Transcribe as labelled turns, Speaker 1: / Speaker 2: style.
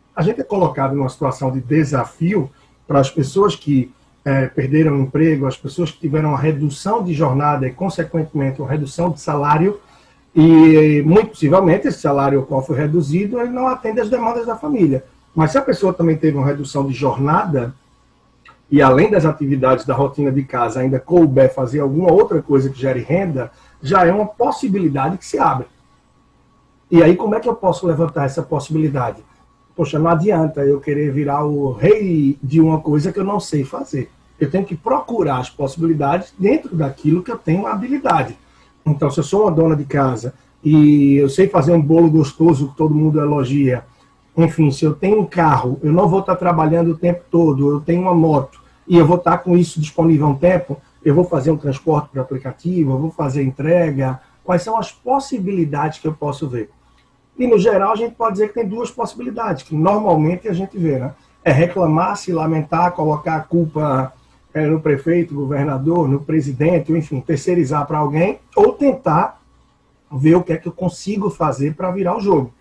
Speaker 1: a gente é colocado numa situação de desafio para as pessoas que perderam o emprego, as pessoas que tiveram uma redução de jornada e, consequentemente, uma redução de salário, e muito possivelmente esse salário qual foi reduzido, ele não atende às demandas da família. Mas se a pessoa também teve uma redução de jornada, e além das atividades da rotina de casa, ainda couber fazer alguma outra coisa que gere renda, já é uma possibilidade que se abre. E aí, como é que eu posso levantar essa possibilidade? Poxa, não adianta eu querer virar o rei de uma coisa que eu não sei fazer. Eu tenho que procurar as possibilidades dentro daquilo que eu tenho habilidade. Então, se eu sou uma dona de casa e eu sei fazer um bolo gostoso que todo mundo elogia, enfim, se eu tenho um carro, eu não vou estar trabalhando o tempo todo, eu tenho uma moto e eu vou estar com isso disponível há um tempo, eu vou fazer um transporte por aplicativo, eu vou fazer entrega. Quais são as possibilidades que eu posso ver? E, no geral, a gente pode dizer que tem duas possibilidades, que normalmente a gente vê, né? É reclamar, se lamentar, colocar a culpa no prefeito, no governador, no presidente, enfim, terceirizar para alguém, ou tentar ver o que é que eu consigo fazer para virar o jogo.